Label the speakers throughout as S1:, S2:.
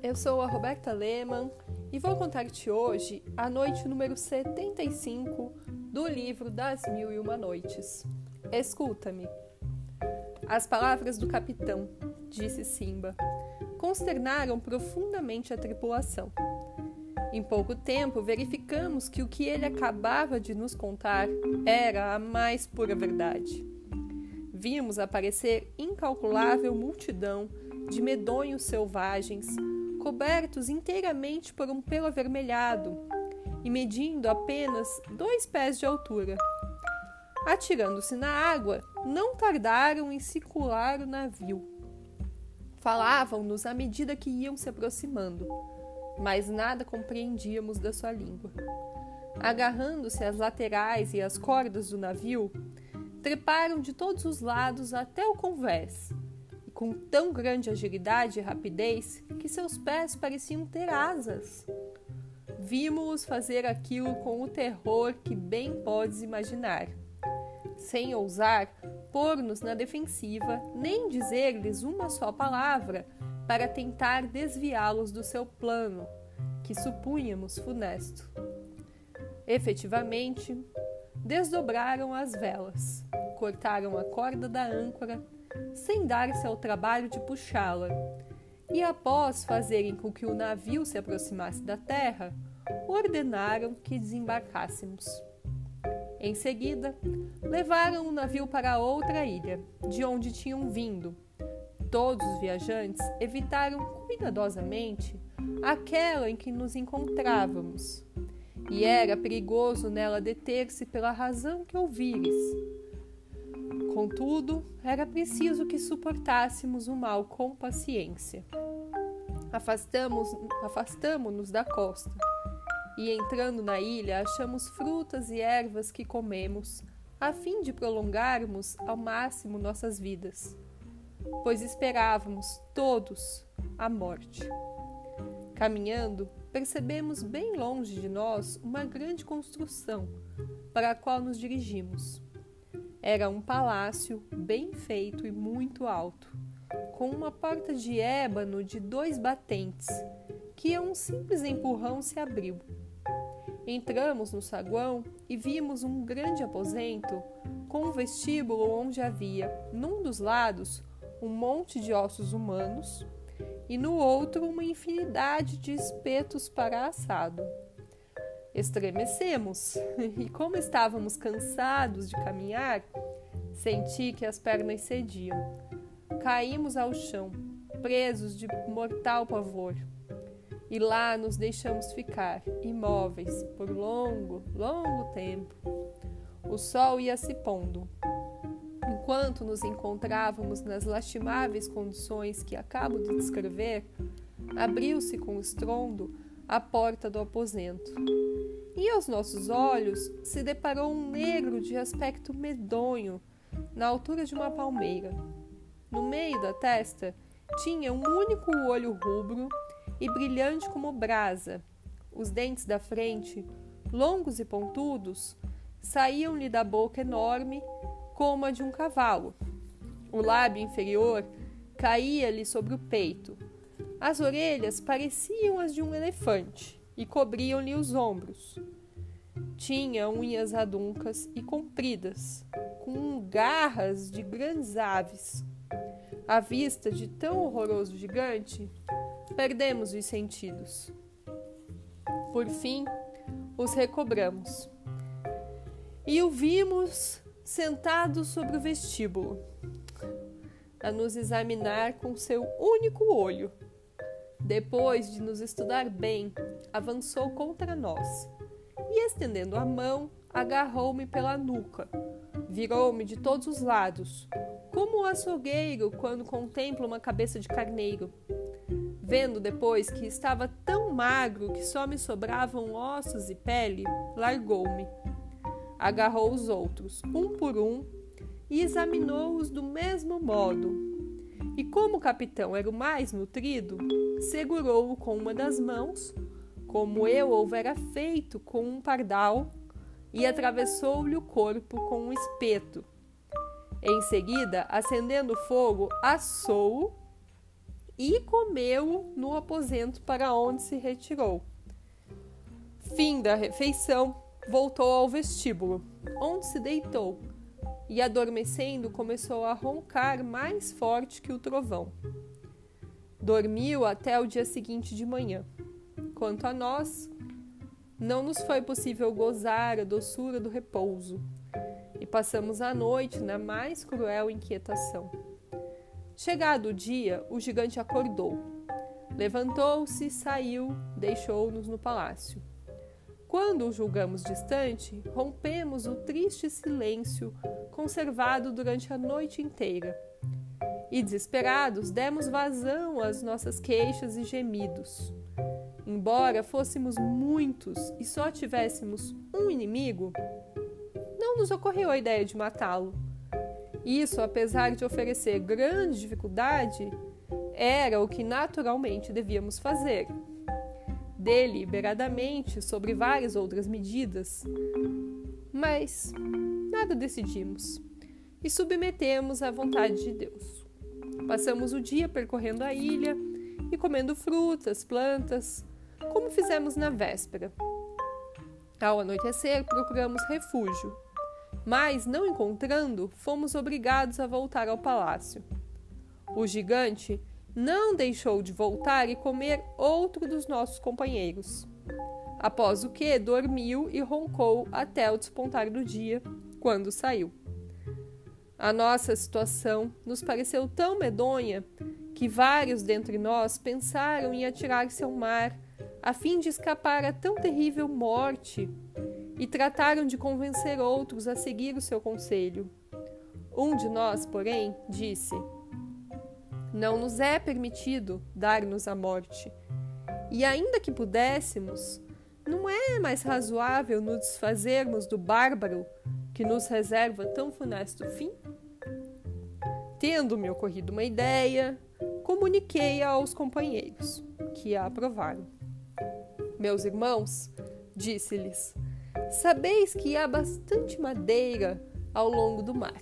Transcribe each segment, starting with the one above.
S1: eu sou a Roberta Lehmann e vou contar-te hoje a noite número 75 do livro das Mil e Uma Noites. Escuta-me. As palavras do capitão, disse Simba, consternaram profundamente a tripulação. Em pouco tempo, verificamos que o que ele acabava de nos contar era a mais pura verdade. Vimos aparecer incalculável multidão de medonhos selvagens, cobertos inteiramente por um pelo avermelhado e medindo apenas 2 pés de altura. Atirando-se na água, não tardaram em circular o navio. Falavam-nos à medida que iam se aproximando, mas nada compreendíamos da sua língua. Agarrando-se às laterais e às cordas do navio, treparam de todos os lados até o convés, e com tão grande agilidade e rapidez que seus pés pareciam ter asas. Vimos-os fazer aquilo com o terror que bem podes imaginar, sem ousar pôr-nos na defensiva, nem dizer-lhes uma só palavra para tentar desviá-los do seu plano, que supunhamos funesto. Efetivamente, desdobraram as velas, cortaram a corda da âncora, sem dar-se ao trabalho de puxá-la, e após fazerem com que o navio se aproximasse da terra, ordenaram que desembarcássemos. Em seguida, levaram o navio para outra ilha, de onde tinham vindo. Todos os viajantes evitaram cuidadosamente aquela em que nos encontrávamos, e era perigoso nela deter-se pela razão que ouvires. Contudo, era preciso que suportássemos o mal com paciência. Afastamo-nos da costa, e entrando na ilha achamos frutas e ervas que comemos, a fim de prolongarmos ao máximo nossas vidas, pois esperávamos todos a morte. Caminhando, percebemos bem longe de nós uma grande construção para a qual nos dirigimos. Era um palácio bem feito e muito alto, com uma porta de ébano de 2 batentes, que a um simples empurrão se abriu. Entramos no saguão e vimos um grande aposento com um vestíbulo onde havia, num dos lados, um monte de ossos humanos e no outro uma infinidade de espetos para assado. Estremecemos e, como estávamos cansados de caminhar, senti que as pernas cediam. Caímos ao chão, presos de mortal pavor. E lá nos deixamos ficar, imóveis, por longo tempo. O sol ia se pondo. Enquanto nos encontrávamos nas lastimáveis condições que acabo de descrever, abriu-se com estrondo a porta do aposento. E aos nossos olhos se deparou um negro de aspecto medonho, na altura de uma palmeira. No meio da testa tinha um único olho rubro e brilhante como brasa. Os dentes da frente, longos e pontudos, saíam-lhe da boca enorme como a de um cavalo. O lábio inferior caía-lhe sobre o peito. As orelhas pareciam as de um elefante e cobriam-lhe os ombros. Tinha unhas aduncas e compridas, com garras de grandes aves. À vista de tão horroroso gigante, perdemos os sentidos. Por fim, os recobramos. E o vimos sentado sobre o vestíbulo, a nos examinar com seu único olho. Depois de nos estudar bem, avançou contra nós e, estendendo a mão, agarrou-me pela nuca. Virou-me de todos os lados, como o açougueiro quando contempla uma cabeça de carneiro. Vendo depois que estava tão magro que só me sobravam ossos e pele, largou-me. Agarrou os outros, um por um, e examinou-os do mesmo modo. E como o capitão era o mais nutrido, segurou-o com uma das mãos, como eu houvera feito com um pardal, e atravessou-lhe o corpo com um espeto. Em seguida, acendendo o fogo, assou-o e comeu no aposento para onde se retirou. Fim da refeição, voltou ao vestíbulo, onde se deitou, e adormecendo começou a roncar mais forte que o trovão. Dormiu até o dia seguinte de manhã. Quanto a nós, não nos foi possível gozar a doçura do repouso, e passamos a noite na mais cruel inquietação. Chegado o dia, o gigante acordou. Levantou-se, saiu, deixou-nos no palácio. Quando o julgamos distante, rompemos o triste silêncio conservado durante a noite inteira. E, desesperados, demos vazão às nossas queixas e gemidos. Embora fôssemos muitos e só tivéssemos um inimigo, não nos ocorreu a ideia de matá-lo. Isso, apesar de oferecer grande dificuldade, era o que naturalmente devíamos fazer. Deliberadamente, sobre várias outras medidas, mas nada decidimos e submetemos à vontade de Deus. Passamos o dia percorrendo a ilha e comendo frutas, plantas, como fizemos na véspera. Ao anoitecer, procuramos refúgio, mas, não encontrando, fomos obrigados a voltar ao palácio. O gigante não deixou de voltar e comer outro dos nossos companheiros, após o que dormiu e roncou até o despontar do dia, quando saiu. A nossa situação nos pareceu tão medonha que vários dentre nós pensaram em atirar-se ao mar a fim de escapar a tão terrível morte e trataram de convencer outros a seguir o seu conselho. Um de nós, porém, disse: não nos é permitido dar-nos a morte, e ainda que pudéssemos, não é mais razoável nos desfazermos do bárbaro que nos reserva tão funesto fim? Tendo-me ocorrido uma ideia, comuniquei-a aos companheiros, que a aprovaram. Meus irmãos, disse-lhes, sabeis que há bastante madeira ao longo do mar.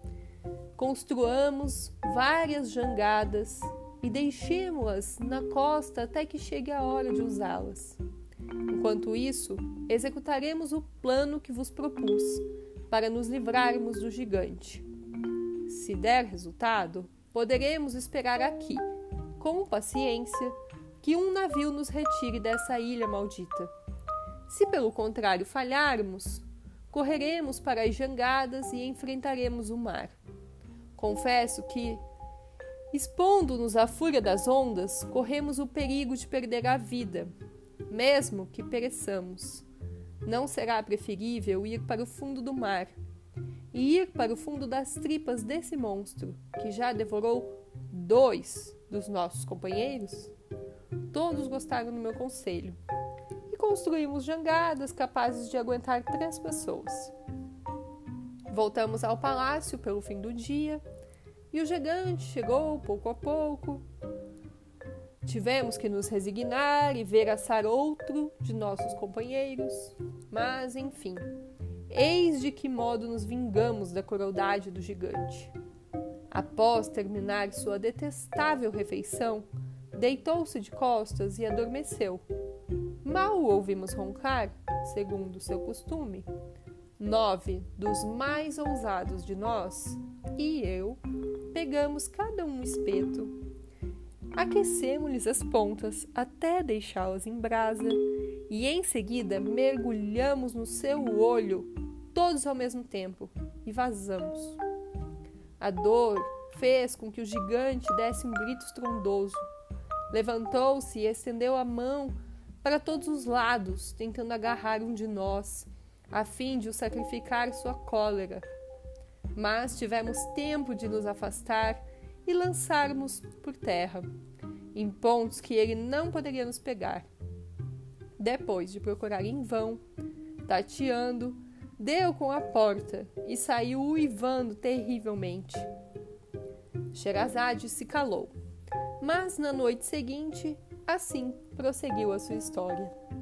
S1: Construamos várias jangadas e deixemo-las na costa até que chegue a hora de usá-las. Enquanto isso, executaremos o plano que vos propus para nos livrarmos do gigante. Se der resultado, poderemos esperar aqui, com paciência, que um navio nos retire dessa ilha maldita. Se pelo contrário falharmos, correremos para as jangadas e enfrentaremos o mar. Confesso que, expondo-nos à fúria das ondas, corremos o perigo de perder a vida, mesmo que pereçamos. Não será preferível ir para o fundo do mar e ir para o fundo das tripas desse monstro, que já devorou 2 dos nossos companheiros? Todos gostaram do meu conselho e construímos jangadas capazes de aguentar 3 pessoas. Voltamos ao palácio pelo fim do dia e o gigante chegou pouco a pouco. Tivemos que nos resignar e ver assar outro de nossos companheiros, mas, enfim, eis de que modo nos vingamos da crueldade do gigante. Após terminar sua detestável refeição, deitou-se de costas e adormeceu. Mal o ouvimos roncar, segundo seu costume. 9 dos mais ousados de nós, e eu, pegamos cada um espeto, aquecemos-lhes as pontas até deixá-las em brasa e em seguida mergulhamos no seu olho, todos ao mesmo tempo, e vazamos. A dor fez com que o gigante desse um grito estrondoso. Levantou-se e estendeu a mão para todos os lados, tentando agarrar um de nós, a fim de o sacrificar à sua cólera. Mas tivemos tempo de nos afastar e lançarmos por terra, em pontos que ele não poderia nos pegar. Depois de procurar em vão, tateando, deu com a porta e saiu uivando terrivelmente. Sherazade se calou, mas na noite seguinte, assim prosseguiu a sua história.